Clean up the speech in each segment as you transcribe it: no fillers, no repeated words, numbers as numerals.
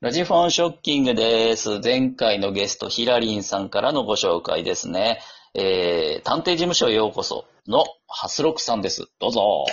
ラジフォンショッキングです。前回のゲスト、ヒラリンさんからのご紹介ですね。探偵事務所へようこそのハスロクさんです。どうぞ。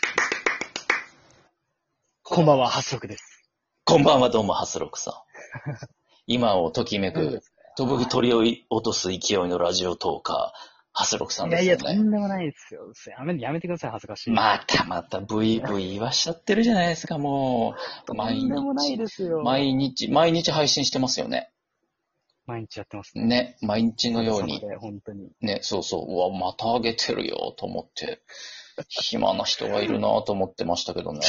こんばんは、ハスロクです。 こんばんは、どうも、ハスロクさん。今をときめく、飛ぶ鳥を落とす勢いのラジオトーカー、ハスロクさんですよね。 とんでもないですよ。やめてください、恥ずかしい。 また、ブイ言わしちゃってるじゃないですか、もう。 とんでもないですよ。 毎日配信してますよね。 毎日やってますね。 ね、毎日のように。 本当に。 ね、そうそう、うわ、またあげてるよ、と思って。暇な人がいるなと思ってましたけどね。 違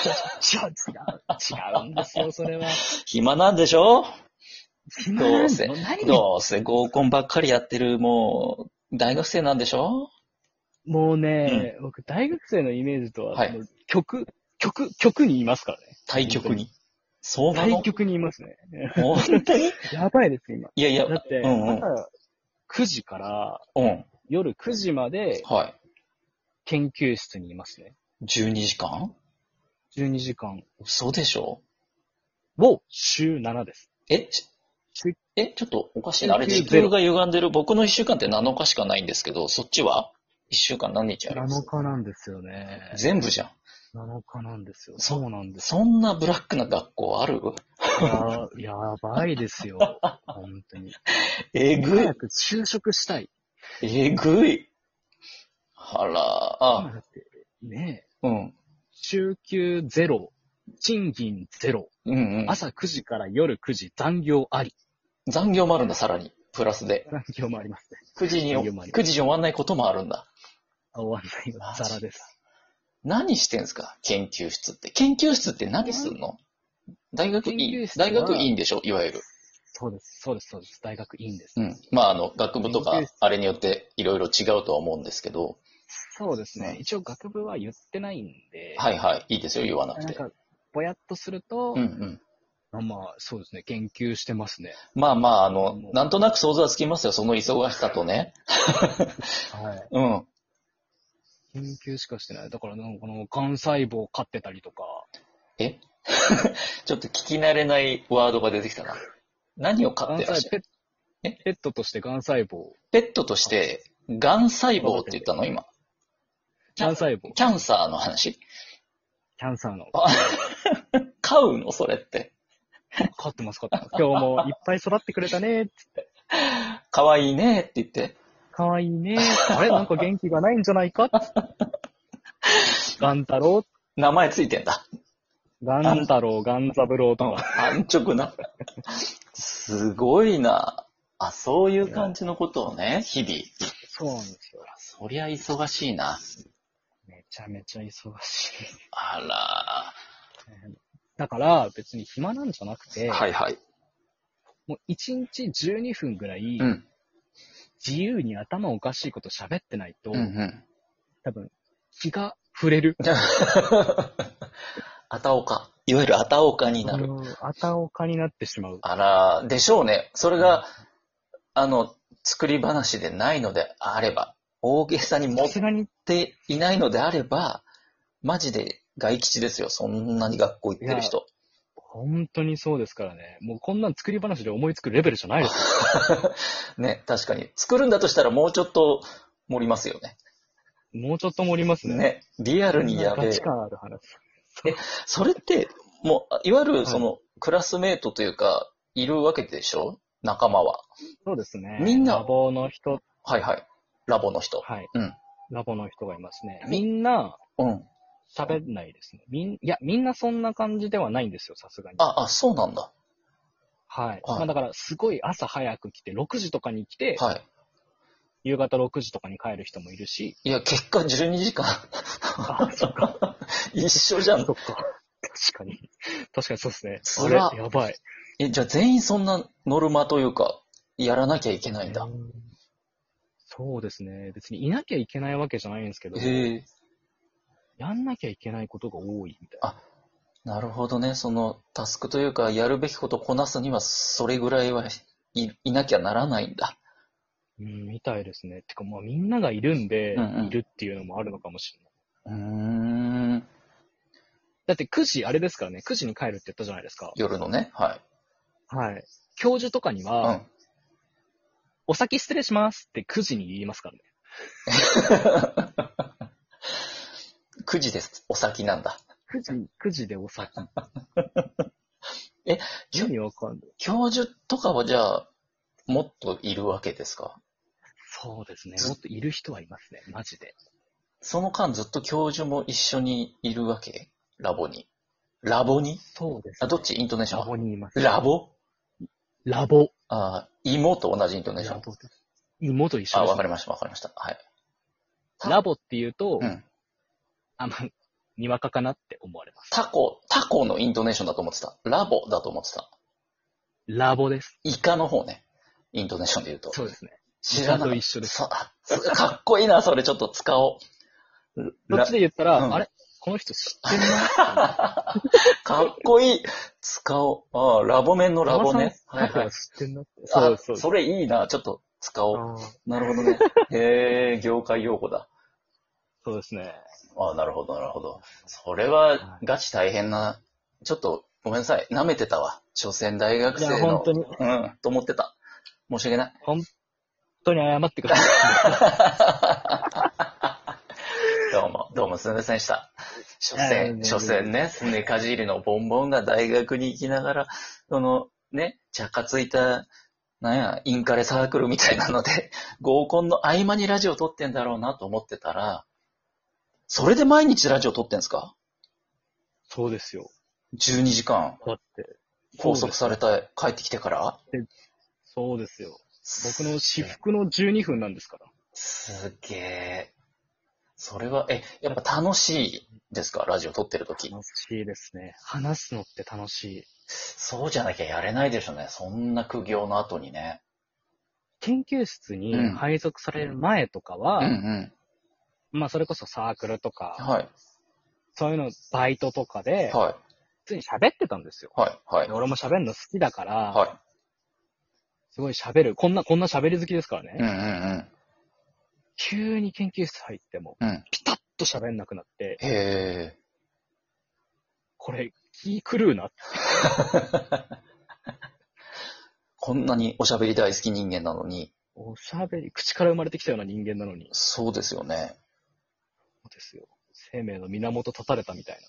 うんですよ、それは。 暇なんでしょ？ どうせ合コンばっかりやってる、もう、大学生なんでしょ？ もうね、僕、大学生のイメージとは、 はい、 曲にいますからね。 対局に。そうなの？ 対局にいますね。 本当に？ やばいです、今。 いや、 だって、朝9時から、夜9時まで、研究室にいますね。 12時間 ?12 時間。 嘘でしょ？ 週7です。 ちょっとおかしいな。あれ、時給が歪んでる。僕の1週間って7日しかないんですけど、そっちは ?1 週間何日あります？ 7日なんですよね。 全部じゃん。 7日なんですよ。そうなんです。 そんなブラックな学校ある？ やばいですよ。本当に。 えぐい。 早く就職したい。 えぐい。あら、 だってね週休ゼロ、賃金ゼロ、朝9時から夜9時、残業あり。 残業もあるんだ、さらに。プラスで。 残業もありますね。 9時に終わんないこともあるんだ。 終わんないの、ザラです。 何してんすか、研究室って。研究室って何すんの？大学院でしょ、いわゆる。 そうです。大学院です。 まあ、学部とか、あれによっていろいろ違うとは思うんですけど。 そうですね。一応学部は言ってないんで。 はいはい。いいですよ、言わなくて。 なんか、ぼやっとすると、そうですね。研究してますね。 まあ、なんとなく想像はつきますよ、その忙しさとね。 はい。研究しかしてない。だから、この、癌細胞を飼ってたりとか。 ちょっと聞き慣れないワードが出てきたな。何を飼ってらっしゃる？ ペットとして癌細胞。 ペットとして、癌細胞って言ったの今。 癌細胞。 キャンサーの話？ キャンサーの。 飼うのそれって。 飼ってます。今日もいっぱい育ってくれたねって言って。 かわいいねって言って。 かわいいねあれなんか元気がないんじゃないかガン太郎。 名前ついてんだ。 ガン太郎、ガンザブローとか。 安直な。すごいな。そういう感じのことをね、日々。 そうなんですよ。 そりゃ忙しいな。 めちゃめちゃ忙しい。 あら。 だから別に暇なんじゃなくて、 はいはい。 もう1日12分ぐらい、自由に頭おかしいこと喋ってないと、多分、気が触れる。 あたおか。いわゆるあたおかになる。 あたおかになってしまう。 あら、でしょうね。それが、作り話でないのであれば、大げさに持っていないのであれば、マジで外吉ですよ。そんなに学校行ってる人。 本当にそうですからね。もうこんなん作り話で思いつくレベルじゃないですよ。ね、確かに。作るんだとしたらもうちょっと盛りますよね。 もうちょっと盛りますね。 ね、リアルにやべえ。 ガチ感ある話。 それって、もう、いわゆるクラスメートというか、いるわけでしょ？仲間は。 そうですね。 みんな。 ラボの人。 はいはい。ラボの人。 はい。ラボの人がいますね。みんな、喋んないですね。みんなそんな感じではないんですよ、さすがに。 そうなんだ。 はい。だから、すごい朝早く来て、6時とかに来て、夕方6時とかに帰る人もいるし。 いや、結果12時間。 そっか。 一緒じゃん。 そっか。確かにそうですね。それ、やばい。 じゃあ全員そんなノルマというか、やらなきゃいけないんだ。 そうですね。別にいなきゃいけないわけじゃないんですけど、やんなきゃいけないことが多いみたいな。 なるほどね。そのタスクというか、やるべきことをこなすには、それぐらいはいなきゃならないんだ。 みたいですね。てか、みんながいるんで、いるっていうのもあるのかもしれない。だって9時、あれですからね。9時に帰るって言ったじゃないですか。 夜のね。はい。 はい。教授とかには、 うん。 お先失礼しますって9時に言いますからね。 9時です。お先なんだ。 9時でお先。 え、 意味わかんない。 教授とかはじゃあ、もっといるわけですか？ そうですね。もっといる人はいますね。マジで。 その間ずっと教授も一緒にいるわけ？ラボに。ラボに？ そうです、 あ、 ね。 どっちイントネーションラは？ ボにいます。 ラボ？ ラボ。 あ、芋と同じイントネーション。 ラボです。芋と一緒あ、 です、ね。 わかりました、わかりました。はい。 ラボって言うと、 うん。 にわかかなって思われます。 タコのイントネーションだと思ってた。ラボだと思ってた。 ラボです。 イカの方ね。イントネーションで言うと。 そうですね。 知らなかった。 と一緒です。 かっこいいな、それちょっと使おう。 そっちで言ったら、 うん、 あれこの人知ってんなかっこいい。使おう。ああ、ラボ面のラボね。 はいはい。知ってんなって。 そうそう。それいいな。ちょっと使おう。なるほどね。へえ、業界用語だ。 そうですね。 ああ、なるほど、なるほど。それは、ガチ大変な。ちょっと、ごめんなさい。舐めてたわ。所詮大学生の。 いや、本当に。 うん、と思ってた。申し訳ない。 本当に謝ってください。どうもすみませんでした。所詮ね、すねかじりのボンボンが大学に行きながら、その、ね、茶化ついた、なんや、インカレサークルみたいなので、合コンの合間にラジオ撮ってんだろうなと思ってたら、それで毎日ラジオ撮ってんすか？ そうですよ。 12時間。 だって。 拘束された、帰ってきてから？ そうですよ。僕の私服の12分なんですから。 すげえ。それは、やっぱ楽しいですか？ラジオ撮ってるとき。 楽しいですね。話すのって楽しい。 そうじゃなきゃやれないでしょうね。そんな苦行の後にね。 研究室に配属される前とかは、まあそれこそサークルとか、 はい。 そういうの、バイトとかで、 はい。 普通に喋ってたんですよ。 はい。はい。 俺も喋るの好きだから、 はい。 すごい喋る。こんな喋り好きですからね。 うんうんうん。 急に研究室入っても、ピタッと喋んなくなって、 へえ。 これ、気狂うなって。 こんなにおしゃべり大好き人間なのに。 おしゃべり、口から生まれてきたような人間なのに。 そうですよね。 そうですよ。生命の源断たれたみたいな。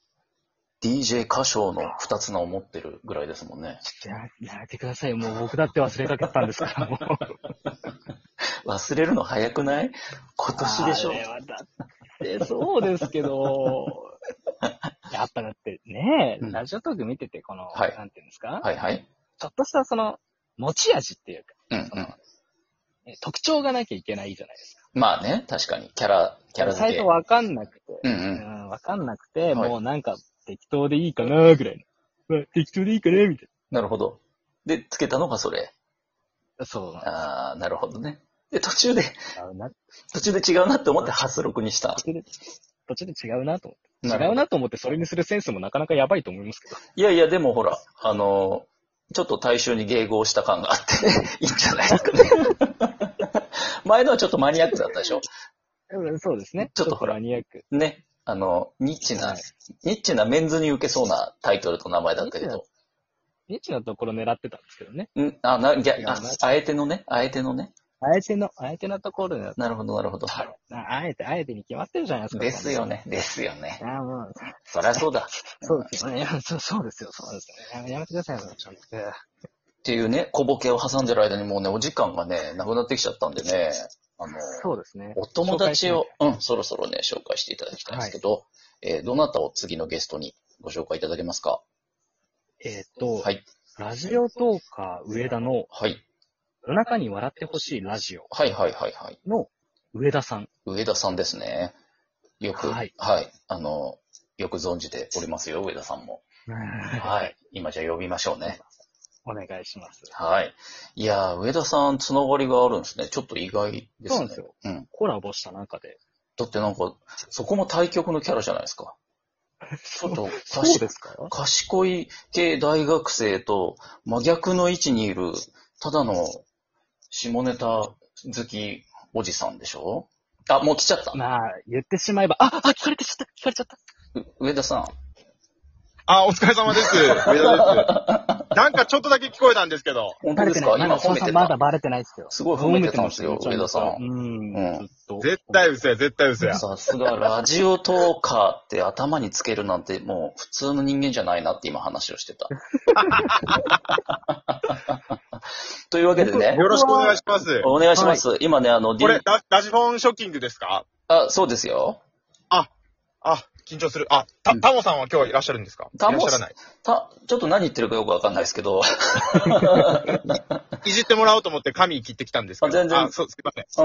DJ 歌唱の二つ名を持ってるぐらいですもんね。 やめてください。もう僕だって忘れかけたんですから、もう。忘れるの早くない？今年でしょ。 あれはだってそうですけど、やっぱだってね、ラジオトーク見てて、この、なんていうんですか？ はいはい。 ちょっとしたその、持ち味っていうか、特徴がなきゃいけないじゃないですか。 まあね、確かに。キャラ付け。 最初わかんなくて、わかんなくて、もうなんか適当でいいかなぐらいの。適当でいいかなみたいな。なるほど。で、つけたのがそれ。 そう。 ああ、なるほどね。で、途中で違うなって思ってハスロクにした。 途中で違うなと思って。違うなと思ってそれにするセンスもなかなかやばいと思いますけど。 いやいや、でもほら、ちょっと大衆に迎合した感があっていいんじゃないですかね。前のはちょっとマニアックだったでしょ？ そうですね。 ちょっとほら、 マニアック。 ね。ニッチなメンズに受けそうなタイトルと名前だったけど。 ニッチなところ狙ってたんですけどね。 あえてのね。 あえてのところで。 なるほど、なるほど。 あえてに決まってるじゃないですか。 ですよね、ですよね。 もうそりゃそうだ。 そうですよね。そうですよ、やめてくださいよ、ちゃんと。 っていうね、小ボケを挟んでる間にもうね、お時間がね、なくなってきちゃったんでね、 そうですね。 お友達を、そろそろね、紹介していただきたいんですけど、どなたを次のゲストにご紹介いただけますか？ はい。ラジオトーカー上田の、 はい。 夜中に笑ってほしいラジオ。 はい。 の上田さん。 上田さんですね。よく、はい。よく存じておりますよ、上田さんも。はい。今じゃ呼びましょうね。 お願いします。 はい。いやー、上田さん、つながりがあるんですね。ちょっと意外ですね。 そうなんですよ。コラボした中で。 だってなんか、そこも対極のキャラじゃないですか。ちょっと、 そうですか？ 賢い系大学生と真逆の位置にいる、ただの下ネタ好きおじさんでしょ？あ、もう来ちゃった。 まあ、言ってしまえば、聞かれちゃった。 上田さん。 お疲れ様です。上田です。 なんかちょっとだけ聞こえたんですけど。 本当ですか？今褒めてた。 まだバレてないですよ。 すごい褒めてたんですよ、上田さん。 絶対嘘や、絶対嘘や。 さすが、ラジオトーカーって頭につけるなんて、もう普通の人間じゃないなって今話をしてた。というわけでね。 よろしくお願いします。 お願いします。はい、今ね、 これ、ラジフォンショッキングですか？ あ、そうですよ。 緊張する。タモさんは今日いらっしゃるんですか？いらっしゃらない。 ちょっと何言ってるかよくわかんないですけど。 いじってもらおうと思って髪切ってきたんですけど。 全然。 そう、すいません。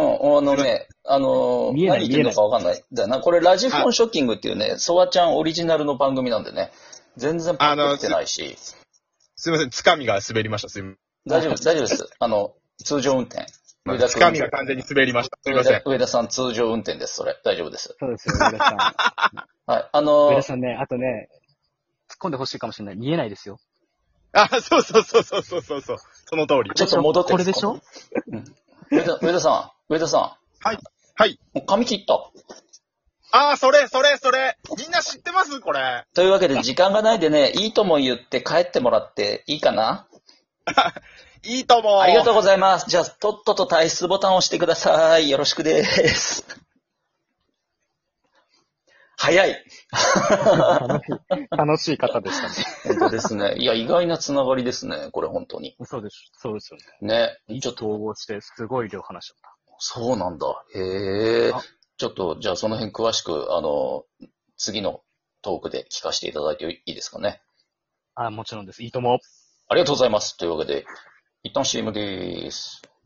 何言ってるのかわかんない。だな、これラジフォンショッキングっていうね、ソワちゃんオリジナルの番組なんでね、全然パクってないし。 すいません、つかみが滑りました。 大丈夫です。通常運転。 つかみが完全に滑りました。すいません。 上田さん通常運転です、それ。大丈夫です。 そうですよ、上田さん。 はい、 上田さんね、あとね、突っ込んでほしいかもしれない。見えないですよ。 そう。その通り。 ちょっと戻ってこれでしょ？ 上田さん。 はい。はい。 もう髪切った。 それ。みんな知ってます？これ。 というわけで時間がないでね、いいとも言って帰ってもらっていいかな？ いいとも。 ありがとうございます。じゃあ、とっとと退出ボタンを押してください。よろしくです。早い。 楽しい方でしたね。 本当ですね。いや、意外なつながりですね。これ本当に。 そうですよね。 ね。 ちょっと統合してすごい量話しちゃった。 そうなんだ。へえ。ちょっと、じゃあその辺詳しく、次のトークで聞かせていただいていいですかね。 もちろんです。いいとも。 ありがとうございます。というわけで、一旦 CM です。